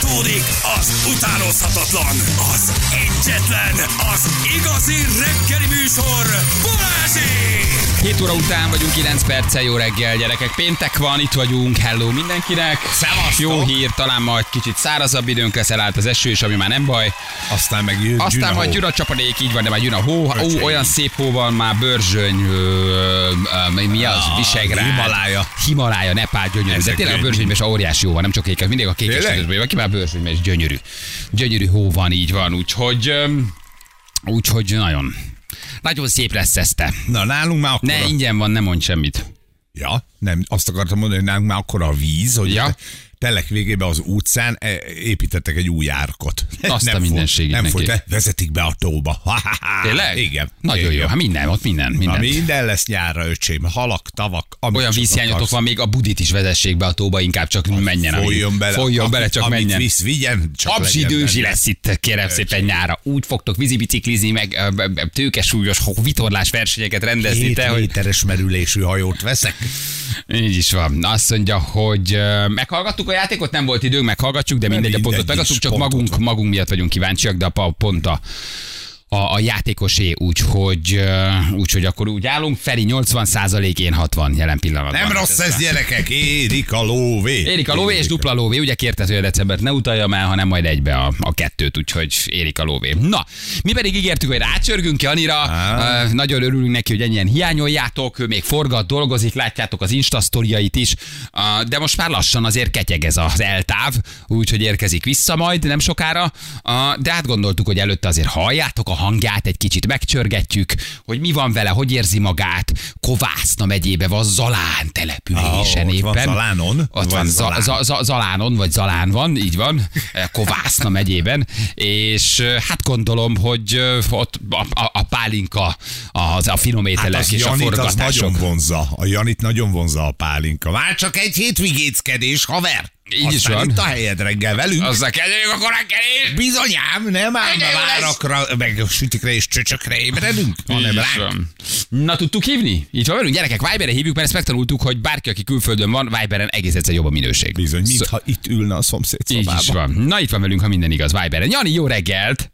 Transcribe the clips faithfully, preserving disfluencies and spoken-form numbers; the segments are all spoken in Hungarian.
Fújtatódik az utánozhatatlan, az egyetlen, az igazi reggeli műsor, Balázsék! hét óra után vagyunk, kilenc perccel, jó reggel gyerekek. Péntek van, itt vagyunk, hello mindenkinek. Szevasztok! Jó hír, talán majd kicsit szárazabb időnk lesz, elállt az eső is, ami már nem baj. Aztán meg jön Aztán majd hó. jön a csapadék, így van, de majd jön a hó. Ó, olyan szép hó van, már Börzsöny, ö, ö, mi az, Ah, Visegrád. Himalája. Himalája, Nepál, gyönyörű. De Ezek tényleg a gyönyörű. Börzsönyben is óriási hó van, nem csak kékes, mindig a kékes Tényleg? vagy, aki már a Börzsönyben is gyönyörű. Gyönyörű hó van, így van, úgyhogy, ö, úgyhogy nagyon, nagyon szép lesz ez te. Na, nálunk már akkor Ne, ingyen van, nem mondj semmit. Ja, nem, azt akartam mondani, hogy nálunk már akkor a víz, hogy Ja. ja. telek végében az utcán e, építettek egy új árkot. Azt a nem mindenségét Nem neki. folyt, de vezetik be a tóba. Tényleg? Igen. Nagyon Igen. jó, hát minden, ott minden, Na, minden. minden lesz nyárra, öcsém. Halak, tavak, amit Olyan csak vízhiányotok akarsz. van, még a budit is vezessék be a tóba, inkább csak menjen. ami- Folyjon bele. Folyjon Aki- bele, csak amit menjen. visz, vigyen, csak Abzsi legyen dőzsi benne. lesz itt, kérem szépen nyára. Úgy fogtok vízibiciklizni, meg ö, ö, tőkesúlyos vitorlás versenyeket rendezni, Két te, hogy méteres merülésű hajót veszek. így is van. Azt mondja, hogy ö, meghallgattuk a játékot, nem volt időnk, meghallgatjuk, de mindegy, a mindegy pontot megadtuk, is, csak pontot magunk, van. magunk miatt vagyunk kíváncsiak, de a pa- pont a a, a játékosé, úgyhogy, ö, úgyhogy akkor úgy állunk. Feri nyolcvan százalék, én hatvan jelen pillanatban. Nem rossz ez, gyerekek, érik a lóvé. Érik a lóvé és dupla lóvé. Ugye kérted, hogy a decembert ne utaljam el, hanem majd egybe a, a kettőt, úgyhogy érik a lóvé. Na, mi pedig ígértük, hogy rácsörgünk Janira. Ah. Uh, nagyon örülünk neki, hogy ennyien hiányoljátok. Ő még forgat, dolgozik, látjátok az Insta sztoriait is. Uh, de most már lassan azért ketyeg ez az eltáv, úgyhogy érkezik vissza majd nem sokára. Uh, de hát gondoltuk, hogy előtte azért halljátok a hangját, egy kicsit megcsörgetjük, hogy mi van vele, hogy érzi magát. Kovászna megyébe van, Zalán településen Ah, ott éppen. van Zalánon? Ott Vagy van Zalán? Za- za- Zalánon, vagy Zalán van, így van, Kovászna megyében, és ö, hát gondolom, hogy ö, ott a, a, a pálinka, az, a filomételek Hát az és a Janit az forgatások. nagyon vonza. A Janit nagyon vonza a pálinka. Már csak egy hét vigéckedés, haver. Így is Aztán van. itt a helyed reggel velünk. Azzal kezdjük a koránkelés! Bizonyám, nem ám Ennyi a jó lesz. várakra, meg a sütikre és csöcsökre ébredünk, hanem Így is ránk. van. Na, tudtuk hívni? Itt van velünk, gyerekek, Viberen hívjuk, mert ezt megtanultuk, hogy bárki, aki külföldön van, Viberen egész egyszer jobb a minőség. Bizony, mintha itt ülne a szomszéd Így szobában. is van. Na, itt van velünk, ha minden igaz, Viberen. Jani, jó reggelt!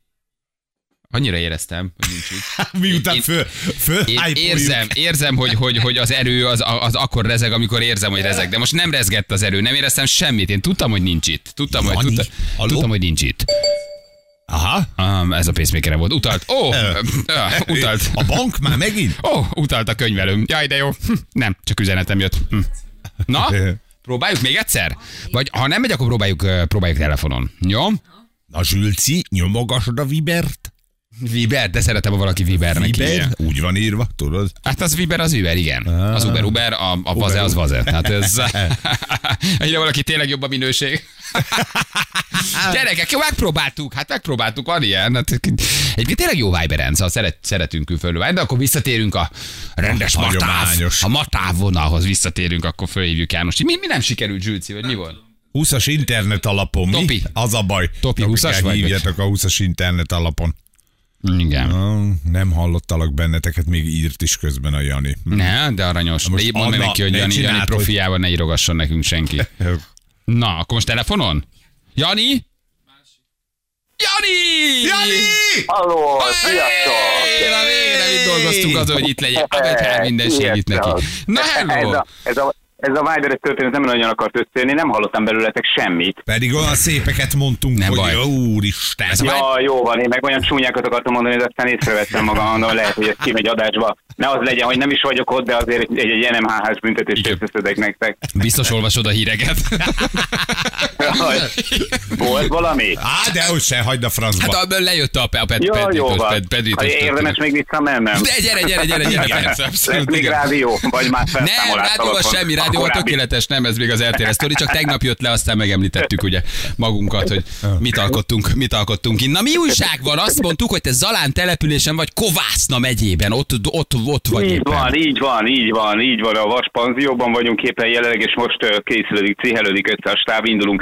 Annyira éreztem, hogy nincs itt. Miután Én- föl, föl Én érzem, érzem, hogy, hogy, hogy az erő az, az akkor rezeg, amikor érzem, hogy rezeg. De most nem rezgett az erő, nem éreztem semmit. Én tudtam, hogy nincs itt. Tudtam, hogy, Jani, tudta, haló? tudtam, hogy nincs itt. Aha. Um, ez a pacemaker volt. Utalt. Ó, oh, Ö. uh, utalt. A bank már megint? Ó, oh, utalt a könyvelőm. Jaj, de jó. Hm, nem, csak üzenetem jött. Hm. Na, próbáljuk még egyszer? Vagy ha nem megy, akkor próbáljuk, uh, próbáljuk telefonon. Jó? Na, Zsülci, nyomogasod a Vibert? Viber, de szeretem, ha valaki Vibernek Viber? hívja. Úgy van írva, tudod? Hát az Viber, az Viber, igen. Az Uber, Uber, a, a Vaze, az Vaze. Tehát ez... Egyre valaki tényleg jobb a minőség. Gyerekek, jó, megpróbáltuk, hát megpróbáltuk, van ilyen. Hát, egyébként tényleg jó Viberen, szóval szeret, szeretünk külföldről. De akkor visszatérünk a rendes A matáv, hagyományos. a matáv vonalhoz visszatérünk, akkor fölhívjuk János. Mi, mi nem sikerült, Zsülci, vagy mi volt? húszas internet alapon, mi? Topi. Az a baj. Topi húszas vagy? Hívjatok a húszas internet alapon. Igen. Ah, nem hallottalak benneteket, még írt is közben a Jani. Hm. Ne, de aranyos. most De mondd meg Anna, neki, hogy ne Jani, Jani csináld, profiában ne írogasson nekünk senki. Na, akkor most telefonon? Jani? Jani! Jani! Halló, sziasztok! Hey, na végre itt dolgoztunk azon, hogy itt legyek. Hát mindenség itt neki. Na, Ez hello! a, ez a, ez a Viberes történet nem nagyon akart összejönni, nem hallottam belőletek semmit. Pedig olyan szépeket mondtunk, Nem hogy baj. jó, úristen. Ez a Ja, jó van, én meg olyan csúnyákat akartam mondani, de aztán észrevettem magam, mondom, lehet, hogy ez kimegy adásba. Ne az legyen, hogy nem is vagyok ott, de azért egy, egy, egy en em há hás büntetést Igen. összeszedek nektek. Biztos olvasod a híreket. Jaj, volt valami? Á, de hogy se, hagyd a francba. Hát abból lejött a, a ped, Ja, ped, jó ped, van. ped, ped, Ha érdemes még visszamennem. De gyere, gyere, gyere, gyere, Igen. persze, Lesz abszolút, még igen. rádió, vagy már Nem, felszámolás rádió az alapon. semmi, A rádió a korábbi- tökéletes, nem, ez még az er té er sztori, csak tegnap jött le, aztán megemlítettük ugye magunkat, hogy mit alkottunk, mit alkottunk ki. Na mi újság van? Azt mondtuk, hogy te Zalán településen vagy Kovászna megyében, ott, ott, ott vagy Így éppen. van, így van, így van, így van. A Vas panzióban vagyunk éppen jelenleg, és most ö, készülődik, cihelődik össze a stáb, indulunk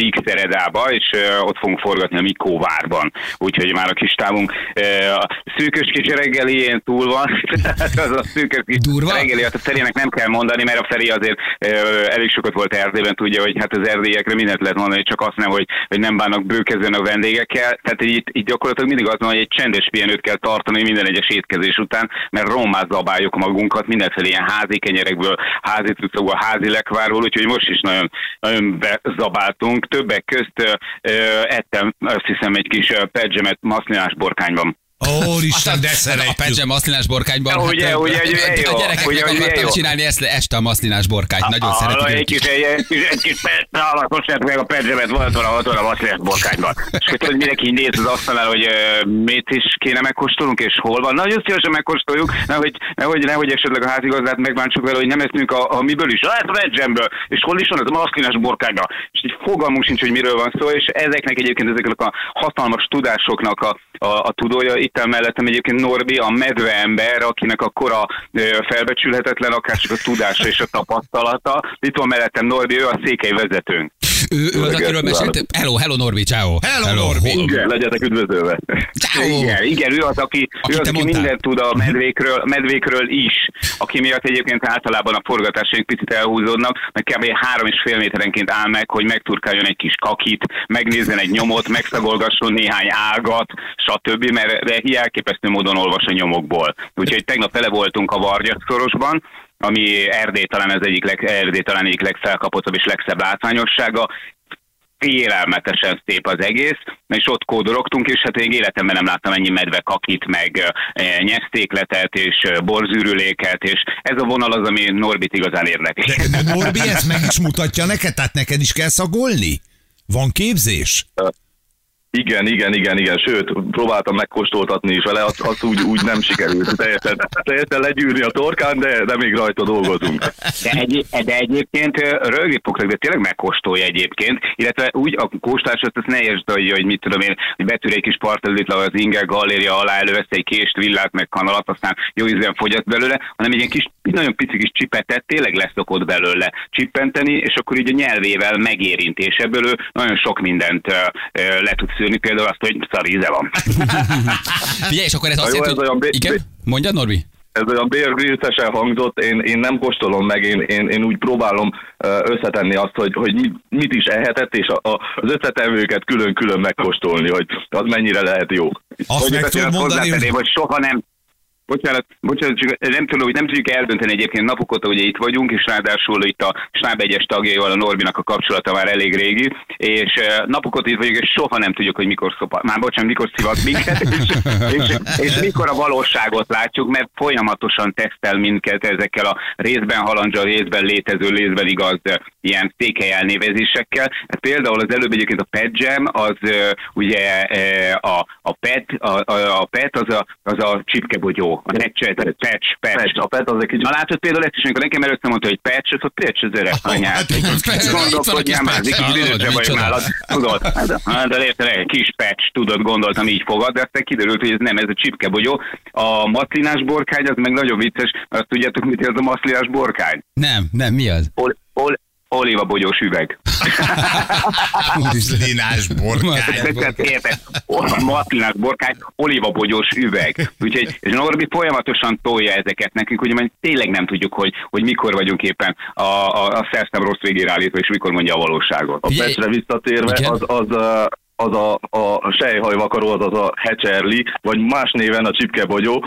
Vígszeredába, és uh, ott fogunk forgatni a Mikóvárban. Úgyhogy már a kis távunk uh, a szűkös kis reggeli ilyen túl van. Az a szűkös kis Durva? reggeli, hát a Ferinek nem kell mondani, mert a Feri azért uh, elég sokat volt Erdélyben, tudja, hogy hát az erdélyekre mindent lehet mondani, csak azt nem, hogy, hogy nem bánnak bőkezően a vendégekkel. Tehát így, így gyakorlatilag mindig az van, hogy egy csendes pihenőt kell tartani minden egyes étkezés után, mert rommá zabáljuk magunkat mindenféle ilyen házi kenyerekből, házi cuccokból, házi lekvárból, úgyhogy most is nagyon, nagyon bezabáltunk. Többek közt ö, ö, ettem, azt hiszem, egy kis pedzsemet maszlinás borkányban. Ó, Isten, de A szeretjük. pedzse maszlinás borkányban. Ja, ugye, ugye, ugye, a, jó, a gyerekeknek ugye, ugye, akartam jó. csinálni ezt, este a maszlinás borkányt. Nagyon szeretik. Egy ők kis, is. egy, egy kis, egy kis perc, most lehet meg a pedzsemet, volt valahol a maszlinás borkányban. És hogy mindenki néz az asztalnál, hogy uh, mit is kéne megkóstolnunk, és hol van. Nagyon szívesen megkóstoljuk, nehogy, nehogy, nehogy esetleg a házigazdát megbántsuk vele, hogy nem eszünk a, a miből is, hát a pedzsemből, és hol is van ez a maszlinás borkányban. És így fogalmunk sincs, hogy miről van szó, és ezeknek egyébként ezeknek a hatalmas tudásoknak a, a, a tudója. Itt mellettem egyébként Norbi, a medveember, akinek a kora ö, felbecsülhetetlen, akár csak a tudása és a tapasztalata. Itt van mellettem Norbi, ő a székely vezetőnk. Ő, ő az, akiről mesélt. Hello, hello Norbi, ciao. Hello, Norbi. Igen, legyetek üdvözölve. Ciao. Igen, igen, ő az, aki, Aki ő az, te aki mondtál. mindent tud a medvékről, medvékről is, aki miatt egyébként általában a forgatásaink picit elhúzódnak, mert kb. három és fél méterenként áll meg, hogy megturkáljon egy kis kakit, megnézzen egy nyomot, megszagolgasson néhány ágat, stb., mert elképesztő módon olvas a nyomokból. Úgyhogy tegnap tele voltunk a Vargyaszorosban, ami Erdély talán az egyik, leg, Erdély talán egyik legfelkapottabb és legszebb látványossága. Félelmetesen szép az egész, és ott kódorogtunk, és hát én életemben nem láttam ennyi medvekakit, meg e, nyesztékletet, és e, borzűrüléket, és ez a vonal az, ami Norbit igazán érdekli. De, de Norbi ezt meg is mutatja neked, tehát neked is kell szagolni? Van képzés? Igen, igen, igen, igen, sőt, próbáltam megkóstoltatni is vele, azt, azt úgy, úgy nem sikerült teljesen, teljesen legyűrni a torkán, de, de még rajta dolgozunk. De, egy, de egyébként rögni fognak, de tényleg megkóstolja egyébként, illetve úgy a kóstolásot azt ne értsd, hogy, hogy mit tudom én, hogy betűr egy kis partelőt az Inger Galéria alá, elővesz egy kést, villát, meg kanalat, aztán jó ízűen fogyaszt belőle, hanem egy ilyen kis, nagyon pici kis csipetet tényleg leszokott belőle csippenteni, és akkor így a nyelvével megérinti, és ebből ő nagyon sok mindent uh, uh, le tud szűrni, például azt, hogy szaríze van. Figyelj, és akkor ez Na azt jó, jelenti, ez olyan hogy... bé- Igen? bé- Mondjad, Norbi? Ez olyan Bear Grylls-esen hangzott, én, én nem kóstolom meg, én, én, én úgy próbálom összetenni azt, hogy, hogy mit, mit is ehetett, és a, a, az összetevőket külön-külön megkóstolni, hogy az mennyire lehet jó. Azt meg tudod mondani, hogy... hogy soha nem... Bocsánat, bocsánat, csak nem tudom, hogy nem tudjuk eldönteni egyébként napok óta, ugye itt vagyunk, és ráadásul itt a stáb egyes tagjaival a Norbinak a kapcsolata már elég régi, és napok óta itt vagyunk, és soha nem tudjuk, hogy mikor szopa, már bocsánat, mikor szivat minket, és, és, és mikor a valóságot látjuk, mert folyamatosan tesztel minket ezekkel a részben halandzsa, részben létező, részben igaz ilyen székely elnévezésekkel. Hát például az előbb egyébként a pedzsem, az ugye a, a pet, a, a, a pet az a, az a csipkebogyó. A patch, patch, patch. A pet az egy kicsit... Na látod például ezt is, amikor nekem előtte mondta, hogy patch, az a patch az öreg anyát. Gondolkodjál már, egy kis idősebb vagyok nálad. Tudod, de érted, egy kis patch, tudod, gondoltam, így fogad, de aztán kiderült, hogy ez nem, ez a csipkebogyó. A maszlinás borkány, az meg nagyon vicces, azt tudjátok, mit ez a maszlinás borkány? Nem, nem, mi az? Ol, ol, Olívabogyós üveg. Maszlinás borkány. Érted? Maszlinás borkány, olívabogyós üveg. Úgyhogy és Norbi folyamatosan tolja ezeket nekünk, hogy majd tényleg nem tudjuk, hogy, hogy mikor vagyunk éppen a, a, a szerszám rossz végére állítva, és mikor mondja a valóságot. A Petre visszatérve, az, az, az a, a sejhajvakaró, az az a hecserli, vagy más néven a csipkebogyó.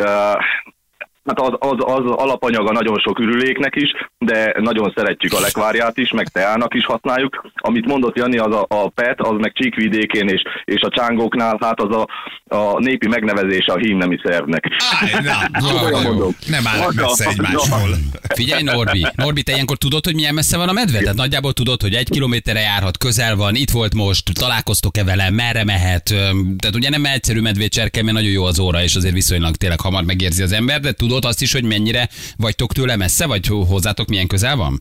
Hát az, az, az alapanyaga nagyon sok ürüléknek is, de nagyon szeretjük a lekvárját is, meg teának is használjuk. Amit mondott Jani, az a, a pet, az meg Csíkvidékén és, és a csángóknál, hát az a, a népi megnevezése a hímnemi szervnek. Áj, na, Olyan mondom. Nem állnak messze egymástól. Figyelj, Norbi, Norbi, te ilyenkor tudod, hogy milyen messze van a medve? Tehát nagyjából tudod, hogy egy kilométerre járhat, közel van, itt volt most, találkoztok-e vele, merre mehet? Tehát ugye nem egyszerű medvét cserkelni, mert nagyon jó az óra, és azért viszonylag tényleg hamar megérzi az ember, de tudod azt is, hogy mennyire vagytok tőle messze, vagy hozzátok milyen közel van?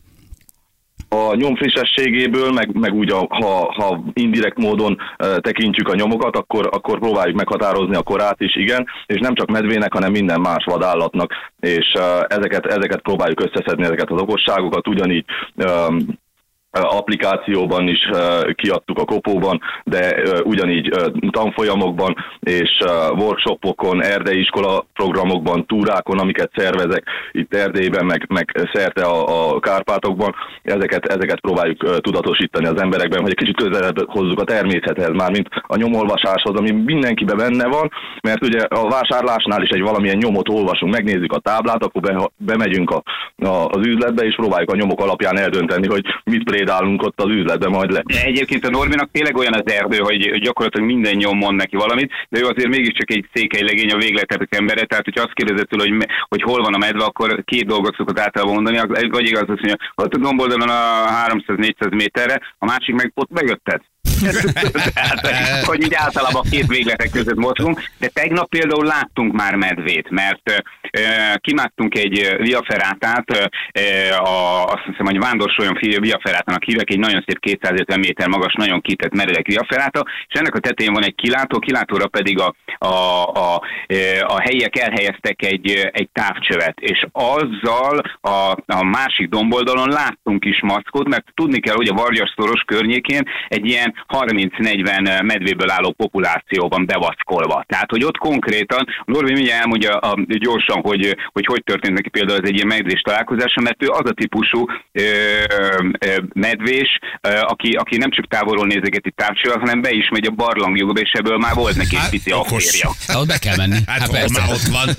A nyom frissességéből, meg, meg úgy, a, ha, ha indirekt módon uh, tekintjük a nyomokat, akkor, akkor próbáljuk meghatározni a korát is, igen, és nem csak medvének, hanem minden más vadállatnak, és uh, ezeket, ezeket próbáljuk összeszedni, ezeket az okosságokat, ugyanígy um, applikációban is kiadtuk a Kopóban, de ugyanígy tanfolyamokban és workshopokon, erdei iskola programokban, túrákon, amiket szervezek itt Erdélyben, meg, meg szerte a, a Kárpátokban, ezeket, ezeket próbáljuk tudatosítani az emberekben, hogy egy kicsit közelebb hozzuk a természethez, mármint a nyomolvasáshoz, ami mindenkiben benne van, mert ugye a vásárlásnál is egy valamilyen nyomot olvasunk, megnézzük a táblát, akkor be, bemegyünk a, a, az üzletbe, és próbáljuk a nyomok alapján eldönteni, hogy mit prédálunk ott az üzletbe majd le. Egyébként a Norbinak tényleg olyan az erdő, hogy gyakorlatilag minden nyom mond neki valamit, de ő azért mégiscsak egy székely legény, a végletetek embere, tehát hogyha azt kérdezett tőle, hogy, hogy hol van a medve, akkor két dolgot szokott általában mondani, vagy igaz, azt mondja, ott a domboldalon a háromszáz-négyszáz méterre, a másik meg ott megötted. Tehát, hogy így általában két végletek között mozgunk, de tegnap például láttunk már medvét, mert e, kimágtunk egy viaferátát, e, a, azt hiszem, hogy vándorsolyon viaferátának hívják, egy nagyon szép kétszázötven méter magas, nagyon kitett meredek viaferáta, és ennek a tetején van egy kilátó, kilátóra pedig a, a, a, a helyiek elhelyeztek egy, egy távcsövet, és azzal a, a másik domboldalon láttunk is maszkot, mert tudni kell, hogy a Vargyasszoros környékén egy ilyen harminc-negyven medvéből álló populáció van bevaszkolva. Tehát, hogy ott konkrétan, Norbi mindjárt elmondja a, gyorsan, hogy, hogy hogy történt neki például ez egy ilyen medvés találkozása, mert ő az a típusú ö, ö, medvés, ö, aki, aki nem csak távolról nézegeti távcsővel, hanem be is megy a barlangjukba, és ebből már volt neki egy pici afférja. Ott be kell menni. Hát, hát persze. Már ott van.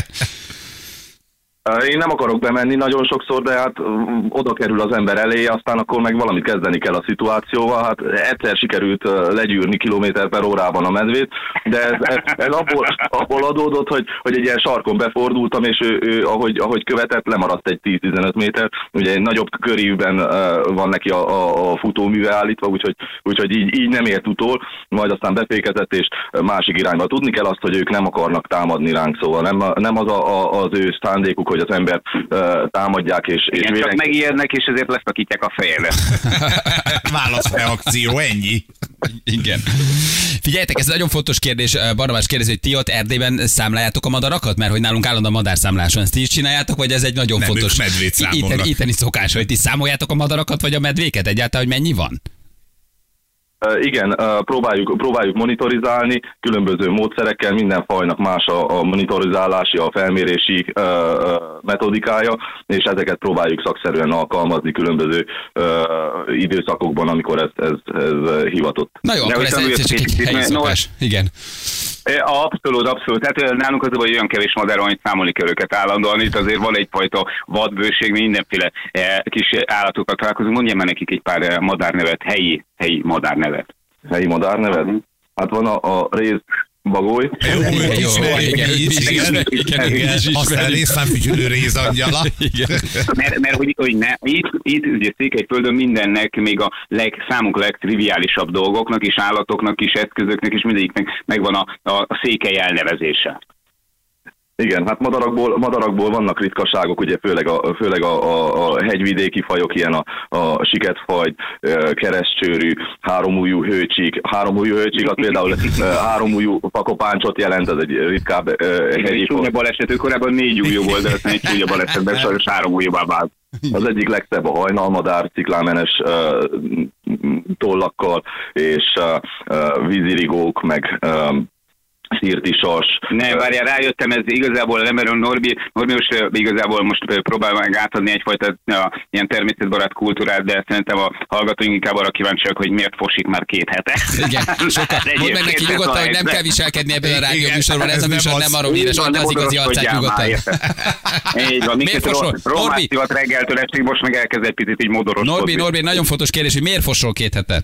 Én nem akarok bemenni nagyon sokszor, de hát oda kerül az ember elé, aztán akkor meg valamit kezdeni kell a szituációval. Hát egyszer sikerült legyűrni kilométer per órában a medvét, de ez, ez, ez abból, abból adódott, hogy, hogy egy ilyen sarkon befordultam, és ő, ő ahogy, ahogy követett, lemaradt egy tíz-tizenöt méter. Ugye egy nagyobb körívben van neki a, a, a futóműve állítva, úgyhogy, úgyhogy így, így nem ért utol, majd aztán befékezett, és másik irányba. Tudni kell azt, hogy ők nem akarnak támadni ránk, szóval nem, nem az a, a, az ő szándékuk, hogy az ember uh, támadják, és... és igen, vélen... csak megijednek, és ezért leszakítják a fejére. Válaszreakció, ennyi. Igen. Figyeljetek, ez egy nagyon fontos kérdés. Barnabás kérdezi, hogy ti ott Erdélyben számláljátok a madarakat? Mert hogy nálunk állandóan madárszámlás van. Ezt ti is csináljátok, vagy ez egy nagyon nem, fontos itteni, itteni szokás, hogy ti számoljátok a madarakat, vagy a medvéket egyáltalán, hogy mennyi van? Igen, próbáljuk, próbáljuk monitorizálni, különböző módszerekkel, minden fajnak más a, a monitorizálási, a felmérési uh, metodikája, és ezeket próbáljuk szakszerűen alkalmazni különböző uh, időszakokban, amikor ez, ez, ez hivatott. Na jó, akkor ez, ez csak egy helyi szokás. Igen. Abszolút, abszolút. Tehát nálunk az, hogy olyan kevés madár van, hogy számolni kell őket állandóan. Itt azért van egyfajta vadbőség, mindenféle kis állatokat találkozunk. Mondjam már nekik egy pár madárnevet, helyi, helyi madárnevet. Helyi madárnevet? Hát van a, a réz bagoly. Jó, jó, igen, igen, aztán részfánfütyülő rézangyala. Mert, mert hogy, hogy ne, itt, itt ugye Székelyföldön mindennek, még a leg, számunkra legtriviálisabb dolgoknak és állatoknak is, eszközöknek és mindegyiknek megvan a, a, a székely elnevezése. Igen, hát madarakból, madarakból vannak ritkaságok, ugye főleg a, főleg a, a, a hegyvidéki fajok, ilyen a, a siketfaj, keresztcsőrű, háromujjú hőcsík. Háromujjú hőcsík, az például háromujjú pakopáncsot jelent, ez egy ritkább hegyi egy csúnya baleset, ő korábban négy ujjú volt, de aztán egy csúnya balesetben sajnos háromujjúvá vált. Az egyik legszebb a hajnalmadár, ciklámenes uh, tollakkal, és uh, uh, vízirigók, meg uh, szirtisas. Ne, várjál, rájöttem, ez igazából nem erről Norbi, Norbi most igazából most próbál meg átadni egyfajta a, ilyen természetbarát kultúrát, de szerintem a hallgatóink inkább arra kíváncsiak, hogy miért fosik már két hete. Igen, sokkal. Mondd meg neki nyugodtan, hogy nem kell viselkedni ebből a rádió műsorban, ez a műsor nem arról híres, hogy az igazi arcát nyugodtan. Így van, miért fosol? Romációt reggeltől estig, most meg elkezd egy picit így modoroskodni. Norbi, Norbi, nagyon fontos kérdés, hogy miért fosol két hete?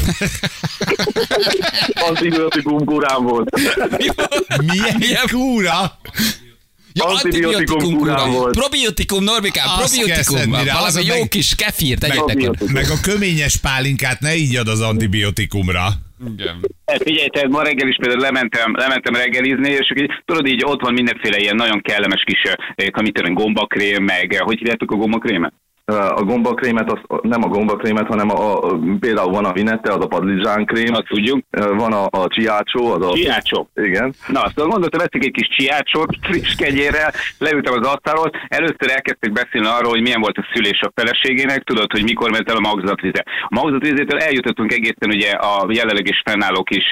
Antibiotikum kurám volt. Milyen, Milyen kúra? Ja, antibiotikum kúra volt. Probiotikum, Norbikám, probiotikum. Valami jó meg, kis kefírt meg, meg a köményes pálinkát ne ígyad az antibiotikumra. Igen. Figyelj, tehát ma reggel is például lementem, lementem reggelizni, és így, tudod, így ott van mindenféle ilyen nagyon kellemes kis, mit tudom, gombakrém, meg hogy hívjátok a gombakrémet? A gombakrémet, az, nem a gombakrémet, hanem a, a, például van a vinette, az a padlizsánkrém. Azt tudjuk. Van a, a csiácsó, az a... Csiácsó. Igen. Na, azt gondoltam, veszik egy kis csiácsót, friss kegyérrel, leültem az asztalról, először elkezdtek beszélni arról, hogy milyen volt a szülés a feleségének, tudod, hogy mikor ment el a magzatvize. A magzatvizétől eljutottunk egészen ugye a jelenleg is fennálló kis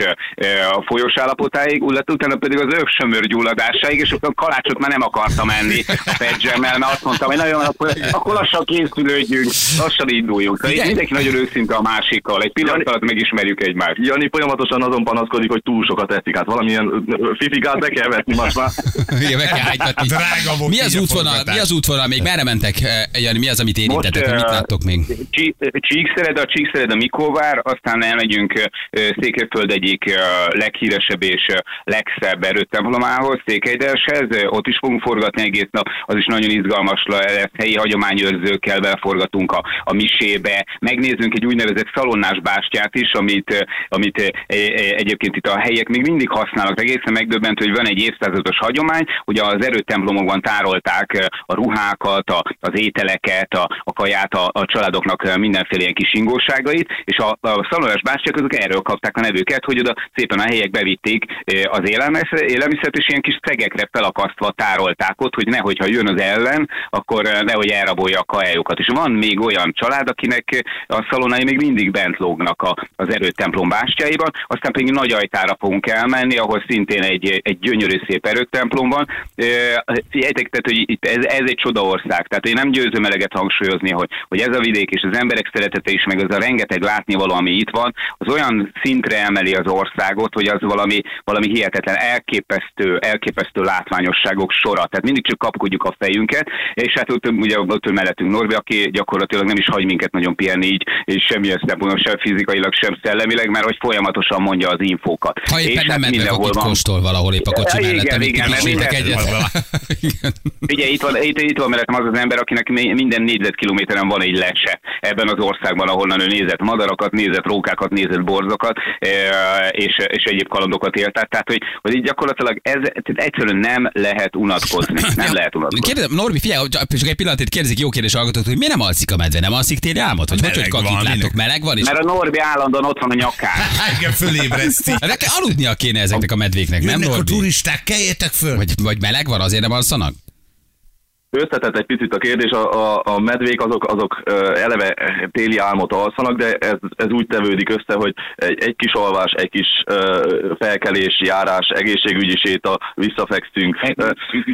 a folyós állapotáig, utána pedig az övsömör gyulladásáig, és a kalácsot már nem akartam enni a pedzsemmel, mert azt mondtam, hogy nagyon, akkor, akkor lassan készülődjünk, lassan induljunk. Tehát mindenki nagyon őszinte a másikkal, egy pillanat alatt megismerjük egymást. Jani folyamatosan azon panaszkodik, hogy túl sokat eszik, hát valamilyen fifikát be kell vetni most már. Igen, meg kell hájtatni. Mi az útvonal, mi az útvonal, még merre mentek, Jani, mi az, amit érintettek, hogy mit láttok még? Csíkszered, a Csíkszered a Mikóvár, aztán elmegyünk Székelyföld egyik leghíresebb és legszebb erőttemplomához, Székelydershez, ott is fogunk forgatni egész nap, az is nagyon izgalmas lesz, helyi hagyományőrzőkkel belforgatunk a, a misébe, megnézzünk egy úgynevezett szalonnás bástyát is, amit, amit egyébként itt a helyiek még mindig használnak, egészen megdöbbentő, hogy van egy évszázados hagyomány, ugye az erőttemplomokban tárolták a ruhákat, a, az ételeket, a, a kaját, a, a családoknak mindenféle ilyen kis ingóságait, és a, a szalonnás bástyák azok erről kapták a nevüket, hogy oda szépen a helyiek bevitték az élelmiszert, és ilyen kis szegekre felakasztva tárolták ott, hogy nehogy, ha jön az ellen, akkor nehogy elrabolja a kajájukat. És van még olyan család, akinek a szalonnái még mindig bent lógnak a, az erőttemplom bástyáiban, aztán pedig Nagyajtára fogunk elmenni, ahol szintén egy, egy gyönyörű szép erőttemplom van. Figyeljetek, tehát, hogy itt ez, ez egy csodaország, tehát én nem győzöm eleget hangsúlyozni, hogy, hogy ez a vidék és az emberek szeretete is, meg az a rengeteg látnivaló, ami itt van, az olyan szintre emeli az országot, hogy az valami, valami hihetetlen, elképesztő, elképesztő látványosságok sora. Tehát mindig csak kapkodjuk a fejünket, és hát ott ugye ott mellettünk Norbi, aki gyakorlatilag nem is hagy minket nagyon pihenni így, és semmilyen szempontból, sem fizikailag, sem szellemileg, mert hogy folyamatosan mondja az infókat. Ha éppen nem medvek, akit kóstol valahol épp a kocsi mellett, igen, igen, mert minden... Ugye itt van, itt, itt van mellettem az az ember, akinek minden négyzetkilométeren van egy lese ebben az országban, ahonnan ő nézett madarakat, nézett rókákat, nézett borzokat, és, és egyéb kalandokat élt. Tehát, hogy, hogy így gyakorlatilag ez egyszerűen nem lehet unatkozni. Nem ja, lehet unatkozni. Kérdezem, Norbi, figyelj, csak egy pillanatét kérdezik, jó kérdés hallgatók, hogy miért nem alszik a medve? Nem alszik téli álmot? Vagy hogy, hogy kakit látok, meleg van is? Mert a Norbi állandóan ott van a nyakán. Igen, fölébreszti. De kell aludnia kéne ezeknek a medvéknek, nem, Norbi? A turisták, keljetek föl! Vagy, vagy meleg van, azért nem alszanak? Összetett egy picit a kérdés, a, a, a medvék azok, azok eleve téli álmot alszanak, de ez, ez úgy tevődik össze, hogy egy, egy kis alvás, egy kis uh, felkelés, járás, egészségügyi séta, visszafekszünk, uh,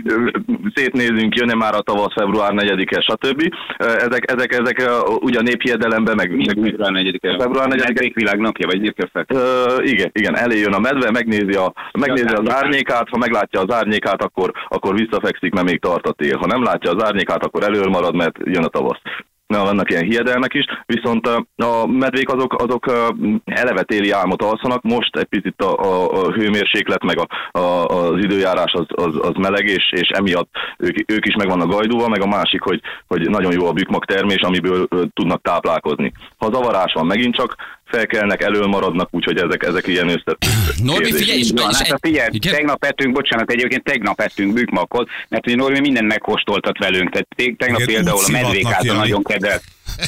szétnézünk, jön-e már a tavasz, február negyedike, stb. Uh, ezek, ezek, ezek uh, ugye a néphiedelemben, meg... február negyedike. Február negyedike. Világnapja, vagy Zirkefek. Uh, igen, igen, elé jön a medve, megnézi, a, megnézi az árnyékát, ha meglátja az árnyékát, akkor, akkor visszafekszik, mert még tart a tél. Ha nem látja az árnyékát, akkor elől marad, mert jön a tavasz. Na, vannak ilyen hiedelmek is, viszont a medvék azok, azok eleve téli álmot alszanak, most egy picit a, a, a hőmérséklet, meg a, a, az időjárás az, az, az meleg, és, és emiatt ők, ők is meg vannak gajdulva, meg a másik, hogy, hogy nagyon jó a bükmag termés, amiből tudnak táplálkozni. Ha zavarás van, megint csak felkelnek, elől maradnak, úgyhogy ezek, ezek ilyen össze. Norbi, figyelj, is, van, hát, figyelj, tegnap ettünk, bocsánat, egyébként tegnap ettünk bükmakot, mert ugye Norbi minden megkóstoltat velünk, tehát tegnap igen, például a medvék által nagyon kedvelt.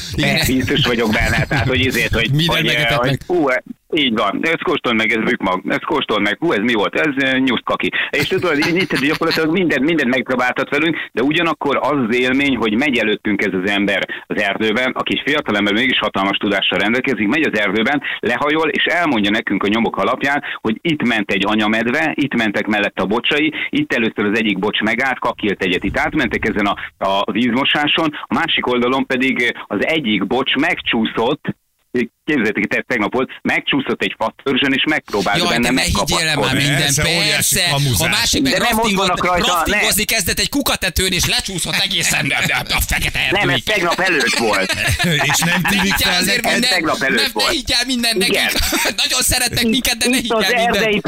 Biztos vagyok benne, tehát hogy ezért, hogy, hogy, hogy hú, így van, ezt kóstold meg, ez bükmag, ezt kóstold meg, hú, ez mi volt, ez nyusztkaki. És tudod, itt gyakorlatilag mindent, mindent megpróbáltat velünk, de ugyanakkor az az élmény, hogy megy előttünk ez az ember az erdőben, aki egy fiatalember mégis hatalmas tudással rendelkezik, megy az erdőben, lehajol, és elmondja nekünk a nyomok alapján, hogy itt ment egy anyamedve, itt mentek mellett a bocsai, itt először az egyik bocs megállt, kakilt egyet, itt átmentek ezen a, a vízmosáson, a másik oldalon pedig az egyik bocs megcsúszott, képzeljétek, te tegnap volt, megcsúszott egy fattörzsön, és megpróbált benne megkapaszkodni. Már minden, persze, persze. A másik meg raftingozni kezdett egy kukatetőn, és lecsúszott egészen a fekete erdőig. Nem, ez tegnap előtt volt. És nem tűnik fel neked? Tegnap előtt volt. Ne higgyál minden nekik. Nagyon szeretnek minket, de ne higgyál minden.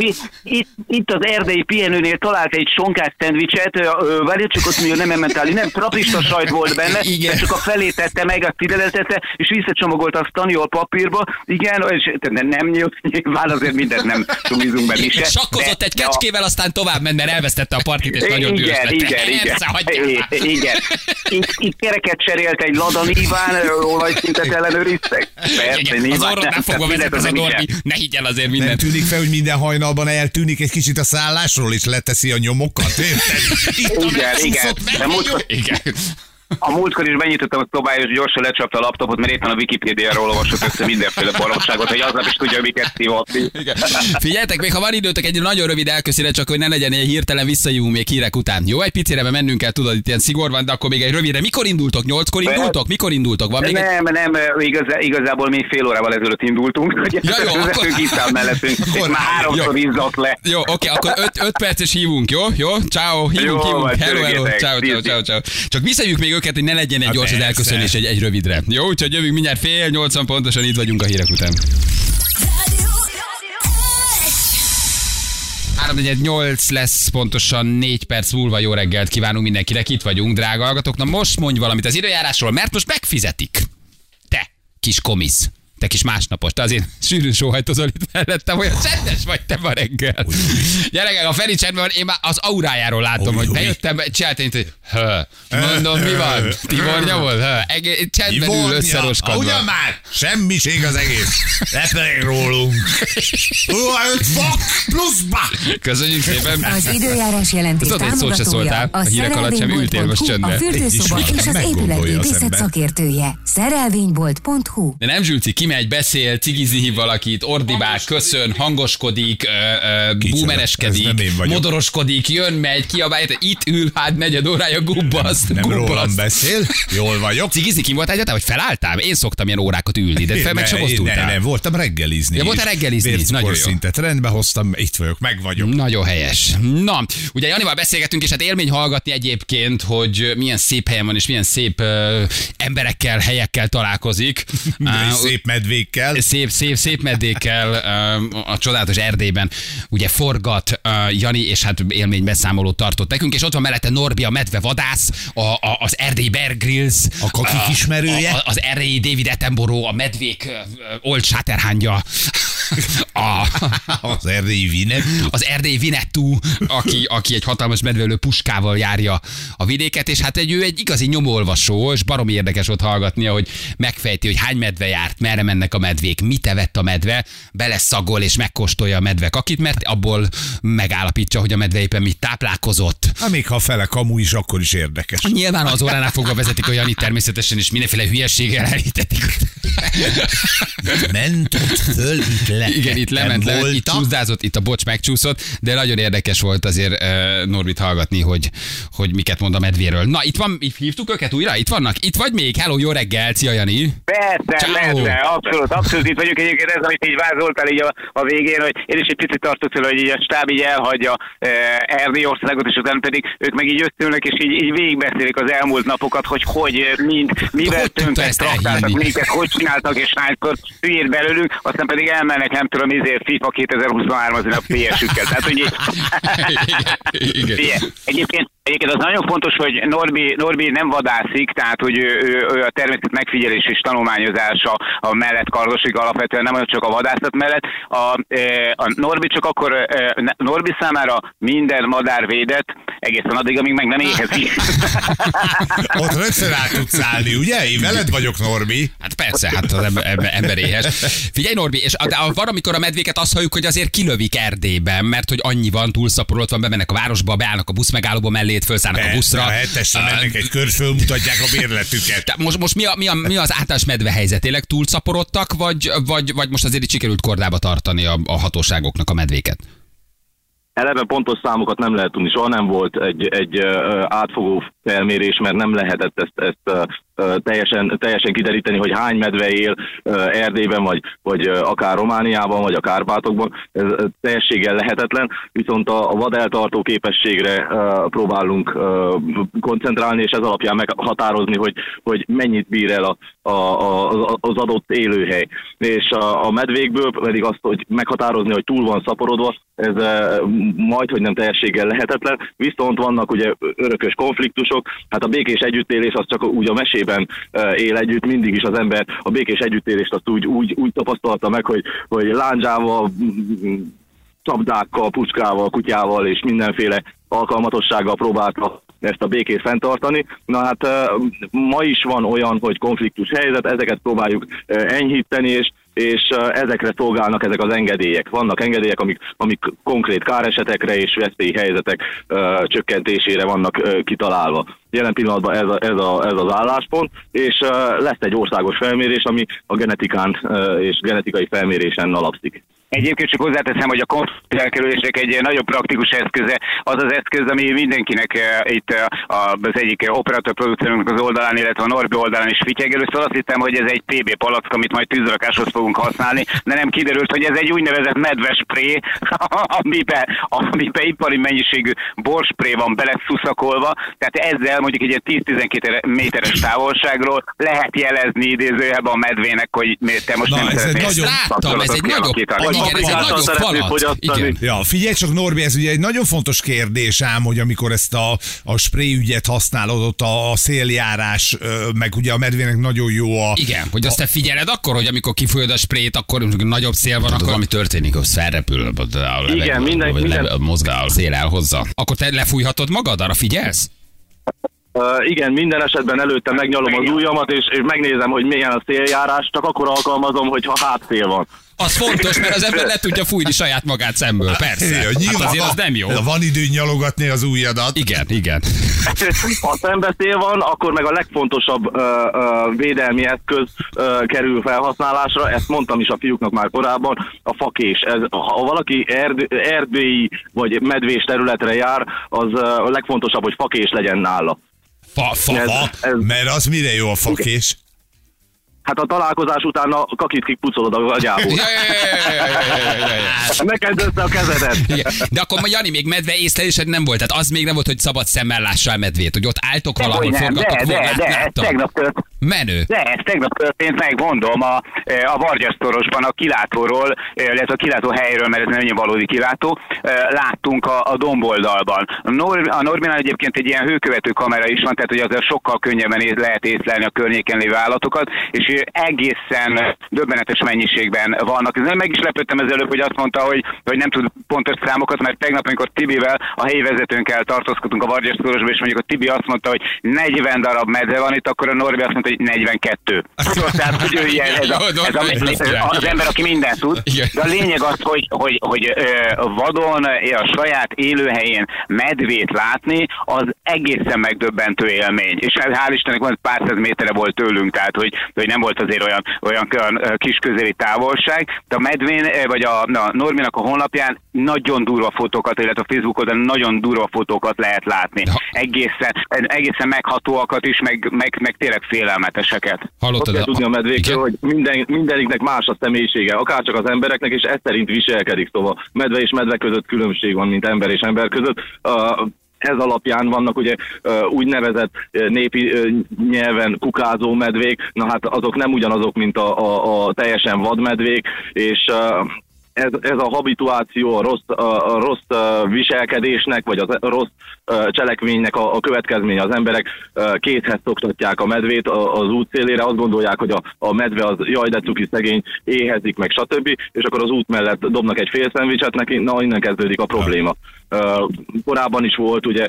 Itt az erdei pihenőnél talált egy sonkás szendvicset, várj csak ott mondja, nem emmentáli, nem, traplista sajt volt benne, csak a felé tette meg, azt ide letette, és visszacsomagolta a staniol papírba, írva, igen, és nem nyilván azért mindent nem sumizunk be mi se. Sakkozott egy kecskével, aztán tovább ment, mert elvesztette a partit, és nagyon dühös lett. Igen, igen, igen. Itt, itt kereket cserélt egy Lada Níván, olajszintet ellenőriztek. Persze, az orrodnál fogva vezet az a Norbi, ne higgy el azért mindent. Nem tűnik fel, hogy minden hajnalban eltűnik egy kicsit a szállásról, és leteszi a nyomokat, érted? Igen, igen. De múltkor, igen. A múltkor is benyitottam a szobája, és gyorsan lecsapta a laptopot, mert éppen a Wikipédiáról olvasott össze mindenféle baromságot, hogy aznap is tudja, miket szívott. Figyeljetek, még ha van időtök, egy nagyon rövid elköszére, csak hogy ne legyen egy hirtelen visszajövünk még hírek után. Jó, egy picire mennünk kell, tudod, itt ilyen szigor van, de akkor még egy rövidre. Mikor indultok? Nyolckor indultok? Mikor indultok? Van még nem, egy... nem, igazá, igazából mi fél órával ezelőtt indultunk. Ugye, ja, jó, akkor... mellettünk, és már háromszor izzadt le. Jó, oké, akkor öt perces hívunk, jó? Jó? Ciao, hívunk, hívunk. Hello, hello, ciao, ciao, ciao, ciao. Csak visszajövünk még őket, hogy ne legyen egy gyors az elköszönés egy, egy rövidre. Jó, úgyhogy jövünk mindjárt fél nyolcan pontosan, itt vagyunk a hírek után. három nyolc lesz pontosan négy perc múlva. Jó reggelt kívánunk mindenkinek, itt vagyunk, drága hallgatók. Na most mondj valamit az időjárásról, mert most megfizetik. Te, kis komisz. Te kis másnapos, te azért sűrűn sóhajtozol itt mellettem, olyan csendes vagy te ma reggel. Gyerekek, a Feri csendben van, én már az aurájáról látom, hogy bejöttem, csináltam, hogy hö, mondom, mi van? Tibor nyomod? Hö, csendben ül összeroskadva. Ugyan már, semmiség az egész. Lepelek rólunk. öt fok pluszba. Köszönjük szépen. Az időjárás jelentés támogatója a szerelvénybolt.hu, a fürdőszoba és az épületgépészet szakértője. szerelvénybolt pont hu. De nem Zsülci, kimegy, beszél, cigizni hív valakit, ordibál, köszön, hangoskodik, búmereskedik, modoroskodik, jön, megy, kiabálja, itt ül, hát negyed órája gubbaszt. Nem gubbaszt. Rólam beszél, jól vagyok. Cigizni kim volt egyáltalán, vagy felálltál? Én szoktam ilyen órákat ülni, de fel meg se mozdultál. Nem, nem, voltam reggelizni. Ja, voltál reggelizni, nagyon jó. Szintet rendbe hoztam, itt vagyok, meg vagyok. Nagyon helyes. Na, ugye Janival beszélgetünk, és hát élmény hallgatni egyébként, hogy milyen szép helyen van, és milyen szép uh, emberekkel, helyekkel találkozik. Uh, szép medvékkel. Szép, szép, szép medvékkel uh, a csodálatos Erdélyben. Ugye forgat uh, Jani, és hát élménybeszámolót tartott nekünk, és ott van mellette Norbi, a medvevadász, a, a, az Erdély Bear Grylls, a kakik ismerője, a, a, az erdélyi David Attenborough, a medvék uh, Old Shatterhandja, a, az erdélyi Vinettu, az erdélyi Vinettu, aki, aki egy hatalmas medvelő puskával járja a vidéket, és hát egy, ő egy igazi nyomolvasó, és baromi érdekes ott hallgatnia, hogy megfejti, hogy hány medve járt, merre mennek a medvék, mit evett a medve, beleszagol és megkóstolja a medve kakit, mert abból megállapítja, hogy a medve éppen mit táplálkozott. Ha még ha fele kamu is, akkor is érdekes. Nyilván az óránál fogva vezetik a Jani természetesen, és mindenféle hülyeséggel elhitetik. Ment ott föl, itt le. Igen, itt lement, le, itt csúszdázott, itt a bocs megcsúszott, de nagyon érdekes volt azért uh, Norbit hallgatni, hogy, hogy miket mond a medvéről. Na, itt van, hívtuk őket újra? Itt vannak? Itt vagy még? Hello, jó reggel, szia Jani! Persze, persze, abszolút, abszolút itt vagyok egyébként, ez, amit így vázoltál így a, a végén, hogy én is egy picit tartott tőle, hogy így a stáb így elhagyja uh, Erdély országot, és utána pedig ők meg így összülnek, és így, így végigbeszélik az elmúlt napokat, hogy hogy, mind, mivel tönkret, traktáltak minket, hogy csináltak, és hánykor hülyét belőlünk, aztán pedig elmennek, nem tudom, izért FIFA kétezer-huszonhárom az a pé es-ükkel. Tehát, hogy egyébként Egyébként az nagyon fontos, hogy Norbi, Norbi nem vadászik, tehát hogy ő, ő, ő a természet megfigyelés és tanulmányozása a mellett kardoskodik alapvetően, nem csak a vadászat mellett. A, a Norbi csak akkor, Norbi számára minden madár védett, egészen addig, amíg meg nem éhezik. Ott rögtön át tudsz állni, ugye? Én veled vagyok, Norbi. Hát persze, hát az ember, ember, ember éhes. Figyelj, Norbi, és van, amikor a medvéket azt halljuk, hogy azért kilövik Erdélyben, mert hogy annyi van, túlszaporodott van, bemennek a városba, beállnak a buszmegállóba mellé, felszállnak a buszra. A hetesre mennek egy kör, fölmutatják a bérletüket. Most, most mi, a, mi, a, mi az általános medvehelyzet? Tényleg túlszaporodtak, vagy, vagy, vagy most azért itt sikerült kordába tartani a, a hatóságoknak a medvéket? Eleve pontos számokat nem lehet tudni, soha nem volt egy, egy átfogó felmérés, mert nem lehetett ezt, ezt teljesen, teljesen kideríteni, hogy hány medve él Erdélyben, vagy, vagy akár Romániában, vagy a Kárpátokban. Ez teljességgel lehetetlen, viszont a, a vadeltartó képességre próbálunk koncentrálni, és ez alapján meghatározni, hogy, hogy mennyit bír el a, a, az adott élőhely. És a, a medvékből pedig azt, hogy meghatározni, hogy túl van szaporodva, ez majd, hogy nem teljességgel lehetetlen, viszont vannak ugye örökös konfliktusok, hát a békés együttélés az csak úgy a mesé békében él együtt, mindig is az ember a békés együttélést azt úgy, úgy, úgy tapasztalta meg, hogy, hogy lándzsával, csapdákkal, puskával, kutyával és mindenféle alkalmatossággal próbálta ezt a békét fenntartani. Na hát ma is van olyan, hogy konfliktus helyzet, ezeket próbáljuk enyhíteni, és és ezekre szolgálnak ezek az engedélyek. Vannak engedélyek, amik, amik konkrét káresetekre és veszélyhelyzetek uh, csökkentésére vannak uh, kitalálva. Jelen pillanatban ez, a, ez, a, ez az álláspont, és uh, lesz egy országos felmérés, ami a genetikán uh, és genetikai felmérésen alapszik. Egyébként csak hozzáteszem, hogy a konfliktus egy nagyon praktikus eszköze, az az eszköz, ami mindenkinek uh, itt uh, az egyik operatőr producerünknek az oldalán, illetve a Norbi oldalán is fityeg. Először azt hittem, hogy ez egy pé bé palack, amit majd tűzrakáshoz fogunk használni, de nem kiderült, hogy ez egy úgynevezett medvespré, amiben, amiben ipari mennyiségű borspré van beleszuszakolva, tehát ezzel mondjuk egy ilyen tíz-tizenkét méteres távolságról lehet jelezni idézőjelben a medvének, hogy te most Na, nem szeretnél. Nagyon... Láttam, ez egy nagyobb, igen, ez egy nagyobb falat. Igen. Ja, figyelj csak, Norbi, ez ugye egy nagyon fontos kérdés ám, hogy amikor ezt a, a spray ügyet használod, ott a, a széljárás, meg ugye a medvének nagyon jó a... Igen, hogy azt te figyeled akkor, hogy amikor kifolyod a sprayt, akkor nagyobb szél van, akkor ami történik, az felrepül, a igen, minden, minden... mozgál, a szél elhozza. Akkor te lefújhatod magad, arra figyelsz? Uh, igen, minden esetben előtte megnyalom az ujjamat, és, és megnézem, hogy milyen a széljárás, csak akkor alkalmazom, hogyha hátszél van. Az fontos, mert az ember le tudja fújni saját magát szemből, persze. Hát azért az nem jó. Van idő nyalogatni az ujjadat. Igen, igen. Ha szembeszél van, akkor meg a legfontosabb uh, uh, védelmi eszköz uh, kerül felhasználásra, ezt mondtam is a fiúknak már korábban, a fakés. Ez, ha valaki erd, erdélyi vagy medvés területre jár, az uh, a legfontosabb, hogy fakés legyen nála. Fa, fa, ez, fa? Ez, mert az mire jó a fakés? Hát a találkozás után a kakit kipucolod a agyából. Neked össze a kezedet. Igen. De akkor Jani, még medve észlelésed nem volt, tehát az még nem volt, hogy szabad szemmel lássál medvét, hogy ott álltok valahol, forgatok de, de, de, ez tegnap történt. Menő. De ez tegnap történt, megmondom, a, a Vargyasztorosban a kilátóról, illetve a kilátó helyről, mert ez nem egy valódi kilátó, láttunk a, a domboldalban. A, Nor, a Norminál egyébként egy ilyen hőkövető kamera is van, tehát hogy azért sokkal könnyebben lehet észlelni a környéken lévő állatokat, és egészen döbbenetes mennyiségben vannak. Ez meg is lepődtem az előbb, hogy azt mondta, hogy, hogy nem tud pontos számokat, mert tegnap, amikor Tibivel, a helyi vezetőnkkel tartózkodtunk a Vargyasztorosba, és mondjuk a Tibi azt mondta, hogy negyven darab medve van itt, akkor a Norbi azt mondta, hogy negyvenkettő. Tehát, hogy ő ilyen, ez, a, ez a, az ember, aki mindent tud. De a lényeg az, hogy, hogy, hogy vadon, a saját élőhelyén medvét látni, az egészen megdöbbentő élmény. És hál' Istennek van pár száz méterre volt tőlünk, tehát hogy, hogy nem volt azért olyan, olyan, olyan kis közeli távolság, de a medvén, vagy a, a Norminak a honlapján nagyon durva fotókat, illetve a Facebook oldalon nagyon durva fotókat lehet látni. Egészen, egészen meghatóakat is, meg, meg, meg tényleg félelmeteseket. Hallottad? Azt kell tudni a medvékről, hogy minden, mindeniknek más a személyisége, akárcsak az embereknek, és ez szerint viselkedik. Szóval medve és medve között különbség van, mint ember és ember között. Uh, Ez alapján vannak ugye úgynevezett népi nyelven kukázó medvék, na hát azok nem ugyanazok, mint a, a, a teljesen vadmedvék, és ez, ez a habituáció, a rossz, a, a rossz viselkedésnek, vagy a rossz cselekménynek a, a következménye. Az emberek kéthez szoktatják a medvét az út szélére, azt gondolják, hogy a, a medve az jaj, de cuki szegény, éhezik meg, stb. És akkor az út mellett dobnak egy fél szendvicset neki, na innen kezdődik a probléma. Uh, korábban is volt ugye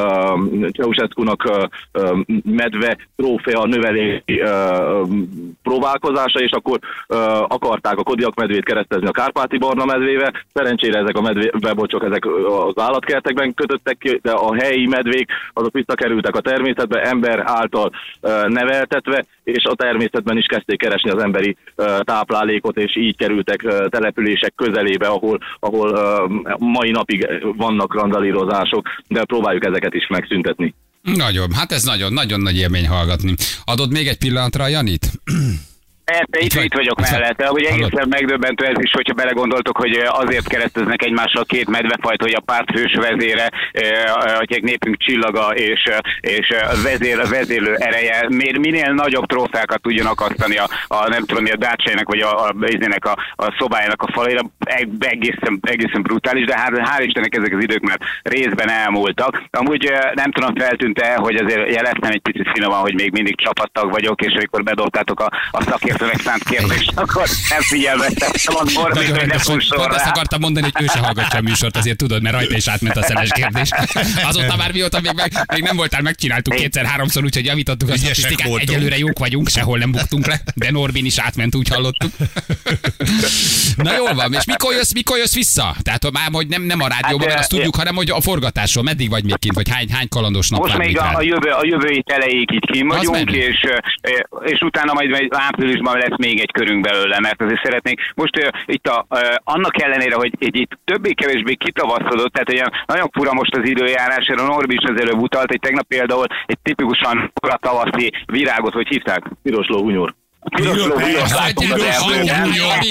uh, Ceausescu-nak uh, uh, medve trófea növelési uh, próbálkozása, és akkor uh, akarták a kodiak medvét keresztezni a kárpáti barna medvével. Szerencsére ezek a medvebocsok ezek az állatkertekben kötöttek ki, de a helyi medvék azok visszakerültek a természetbe, ember által uh, neveltetve, és a természetben is kezdték keresni az emberi uh, táplálékot, és így kerültek uh, települések közelébe, ahol, ahol uh, mai napig van vannak randalírozások, de próbáljuk ezeket is megszüntetni. Nagyon, hát ez nagyon, nagyon nagy élmény hallgatni. Adod még egy pillanatra a Janit? Persze, itt, itt vagyok mellette. Ugye egészen megdöbbentő ez is, hogyha belegondoltok, hogy azért kereszteznek egymással két medvefajt, hogy a párt hős vezére, hogy népünk csillaga és, és a, vezér, a vezérlő ereje minél nagyobb trófeákat tudjon akasztani a, a nem tudom, a dácsájának vagy a, a, a, a szobájának a falaira. Egészen, egészen brutális, de hát hál' Istennek ezek az idők már részben elmúltak. Amúgy nem tudom, feltűnt-e, hogy azért jeleztem egy picit finoman, hogy még mindig csapattag vagyok, és amikor bedobtátok a, a szakértőnek szánt kérdést, akkor nem figyelmeztettem a Norbit, hogy ne fusson rá. Azt akartam mondani, hogy ő se hallgatja a műsort, azért tudod, mert rajta is átment a szeles kérdés. Azóta már mióta még, meg, még nem voltál, megcsináltuk kétszer-háromszor, úgyhogy javítottuk a statisztikát. Egyelőre jók vagyunk, sehol nem buktunk le, de Norbin is átment, úgy hallottuk. Na jól van, és mikor jössz, mikor jössz vissza? Tehát már, hogy nem, nem a rádióban, hát, azt tudjuk, hanem hogy a forgatásról. Meddig vagy még kint, vagy hány, hány kalandos nap? Most még a, a, jövő, a jövő hét elejéig itt kint vagyunk, és, és utána majd áprilisban lesz még egy körünk belőle, mert azért szeretnék. Most uh, itt a, uh, annak ellenére, hogy egy, itt többé-kevésbé kitavaszodott, tehát olyan nagyon fura most az időjárás, a Norbi is az előbb utalt, egy tegnap például egy tipikusan fura tavaszi virágot, hogy hívták? Piros lóhunyór. Piros lóhunyór, látunk az erdőben.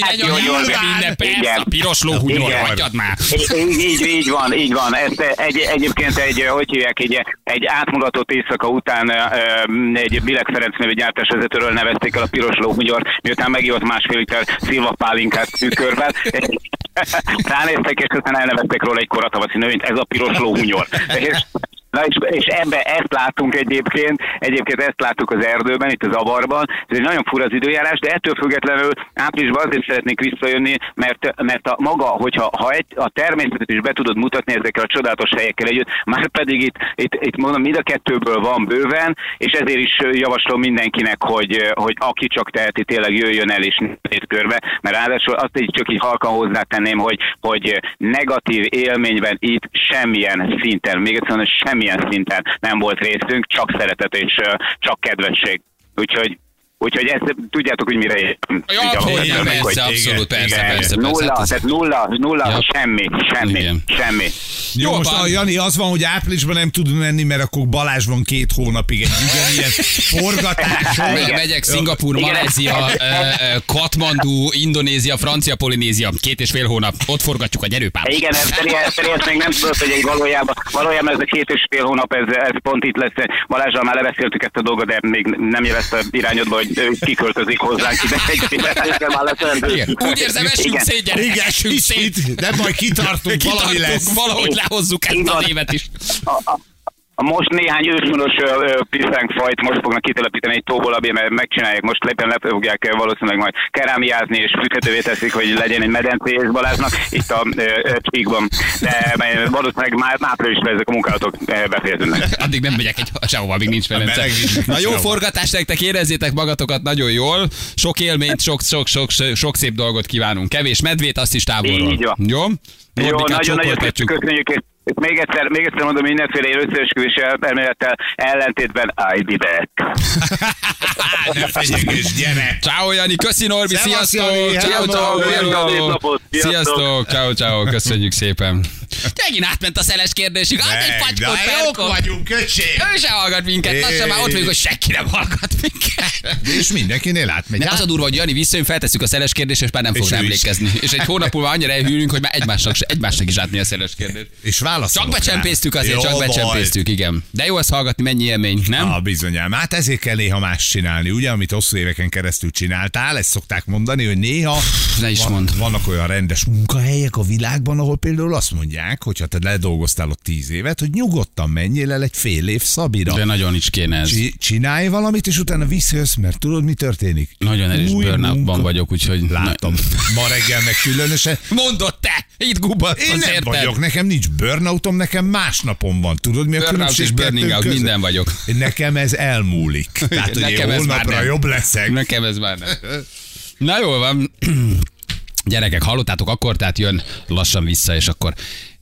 Piros lóhunyór, hagyjad már. Így, így van, így van. Ezt egy, egyébként egy, hogy hívják, egy, egy átmulatott éjszaka után egy Bilek Ferenc nevű gyártásvezetőről nevezték el a piros lóhunyort, miután megívott másfél liter szilva pálinkát tükörben. Ránéztek, és aztán elneveztek róla egy koratavaszi növényt, ez a piros lóhunyor. Na és, és ebbe ezt láttunk egyébként, egyébként ezt láttuk az erdőben, itt az avarban, ez egy nagyon fura az időjárás, de ettől függetlenül áprilisban azért szeretnék visszajönni, mert, mert a maga, hogyha ha egy, a természetet is be tudod mutatni ezekkel a csodálatos helyekkel együtt, már pedig itt, itt, itt mondom, mind a kettőből van bőven, és ezért is javaslom mindenkinek, hogy, hogy aki csak teheti, tényleg jöjjön el és nézd körbe, mert ráadásul azt így csak így halkan hozzátenném, hogy, hogy negatív élményben itt semmilyen szinten, még egyszerűen semmi milyen szinten nem volt részünk, csak szeretet és uh, csak kedvesség. Úgyhogy Úgyhogy ezt tudjátok, hogy mire értem. Ja, hogy nem, persze, hogy, abszolút, persze, igen, persze, persze. Nulla, persze. tehát nulla, nulla, ja. semmi, semmi, igen. semmi. Jó, Jó most a Jani, az van, hogy áprilisban nem tud menni, mert akkor Balázs van két hónapig egy ugyanilyen forgatáson. Megyek Szingapúr, Malajzia, Katmandu, Indonézia, Francia, Polinézia. Két és fél hónap. Ott forgatjuk a gyerőpáros. Igen, ezt még nem tudod, hogy egy valójában, valójában ez a két és fél hónap, ez, ez pont itt lesz. Balázsral már lebeszéltük ezt a dolgot, de még nem jelezte irányodba, hogy kiköltözik hozzánk ide. Igen. Úgy érzem, esünk szét, gyerek, igen, esünk szét. De majd kitartunk, valami lesz. Valahogy lehozzuk ezt a névet is. Most néhány ősmonos pisztánkfajt most fognak kitelepíteni egy tóból, mert megcsinálják, most lépen le fogják valószínűleg majd kerámiázni, és fűthetővé teszik, hogy legyen egy medencéje Balázsnak itt a Csíkban. De valószínűleg már áprilisban ezek a munkálatok befejeződnek. Addig nem megyek egy sehova, még nincs medence. Na jó forgatás nektek, érezzétek magatokat nagyon jól. Sok élményt, sok, sok, sok, sok szép dolgot kívánunk. Kevés medvét, azt is távolról. Így van. Jó? Jó, nagyon-nagyon köszönjük. Még egyszer, még egyszer mondom, mindenféle előszörösküvési elmélettel ellentétben I be back. Ne fenyeges, gyere! Ciao Jani, köszi Norbi, sziasztok! Ciao, ciao, sziasztok, ciao, ciao, köszönjük szépen. Megint átment a szeles kérdésük, hát egy pacskot, perkot. vagyunk, köcsém! Ő se hallgat minket, lassan már ott vagyunk, hogy senki nem hallgat minket. És mindenkinél átmegy. De az a durva, hogy Jani visszajön, feltesszük a szeles kérdést, és már nem fog rá emlékezni. És egy hónap múlva annyira elhűlünk, hogy már egymásnak, egymásnak is átmegy a szeles kérdés. És válaszolok. Csak becsempésztük azért, jó, csak becsempésztük, igen. De jó ezt hallgatni, mennyi élmény, nem? Ah, bizonyám. Hát ezért kell néha más csinálni, ugye, amit hosszú éveken keresztül csináltál, ezt szokták mondani, hogy néha ne is van, mond. vannak olyan rendes munkahelyek a világban, ahol például azt mondják, hogyha te ledolgoztál ott tíz évet, hogy nyugodtan menjél el egy fél év szabira. De nagyon is kéne ez. Csinálj valamit, és utána visszajössz, mert tudod, mi történik? Nagyon erős burnoutban vagyok, úgyhogy... Látom. Ma reggel meg különösen. Mondod te! Itt gubat. Én nem érted. vagyok, nekem nincs burnoutom, nekem más napon van. Tudod, mi a burnout különbség? És burning out, minden vagyok. Nekem ez elmúlik. Tehát, hogy nekem én ez már nem. jobb leszek. Nekem ez már nem. Na jól van. Gyerekek, hallottátok akkor, tehát jön lassan vissza, és akkor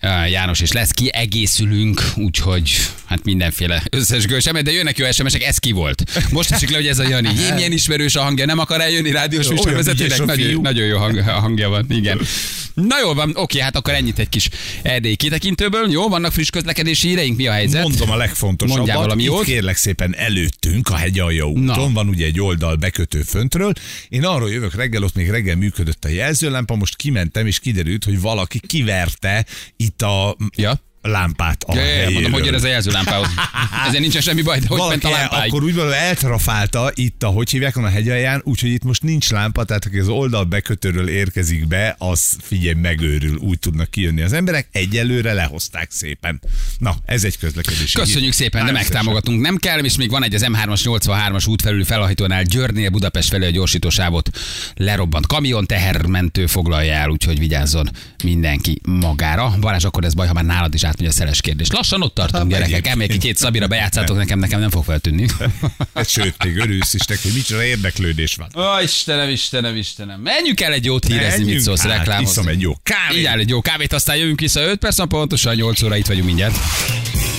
János, és lesz ki, egészülünk, úgyhogy hát mindenféle összes gősem, de jönnek jó es em esek, ez ki volt. Most esik le, hogy ez a Jani. Jé, milyen ismerős a hangja, nem akar eljönni rádiós műsorvezetőnek? Nagyon, nagyon jó hang, hangja van, igen. Na jól van, oké, hát akkor ennyit egy kis erdélyi kitekintőből. Jó, vannak friss közlekedési híreink, mi a helyzet? Mondom a legfontosabbat. Mondjál valami jót. Itt kérlek szépen előttünk a Hegyalja úton, van ugye egy oldal bekötő föntről. Én arról jövök reggel, ott még reggel működött a jelzőlámpa, most kimentem, és kiderült, hogy valaki kiverte itt a... Ja. lámpát a ja, ja, mondom, hogy jön ez a jelzőlámpához. Ezért nincsen semmi baj, de hogy valaki ment a lámpáig. Akkor úgy valami eltrafálta itt, ahogy hívják, a Hegyalján, úgyhogy itt most nincs lámpa, tehát aki az oldal bekötőről érkezik be, az figyelj, megőrül, úgy tudnak kijönni az emberek. Egyelőre lehozták szépen. Na, ez egy közlekedési. Köszönjük szépen, de megtámogatunk. Nem kell, és még van egy az em hármas nyolcvanhármas út felüli felhajtónál Győrnél Budapest felé a gyorsítósávot lerobbant kamion, tehermentő foglalja el, úgyhogy vigyázzon mindenki magára. Balázs, akkor ez baj, ha már nálad is átmegy a szeles kérdés. Lassan ott tartunk, gyerekek. Elmegyek két Szabira, bejátszátok nekem, nekem nem fog feltűnni. Sőt, még örülsz is neki, hogy micsoda érdeklődés van. Ó, Istenem, Istenem, Istenem. Menjünk el egy jót hírezni, mit szólsz, reklámozni. Iszom egy jó kávét. Így áll egy jó kávét, aztán jövünk vissza öt perc, pontosan nyolc óra, itt vagyunk mindjárt.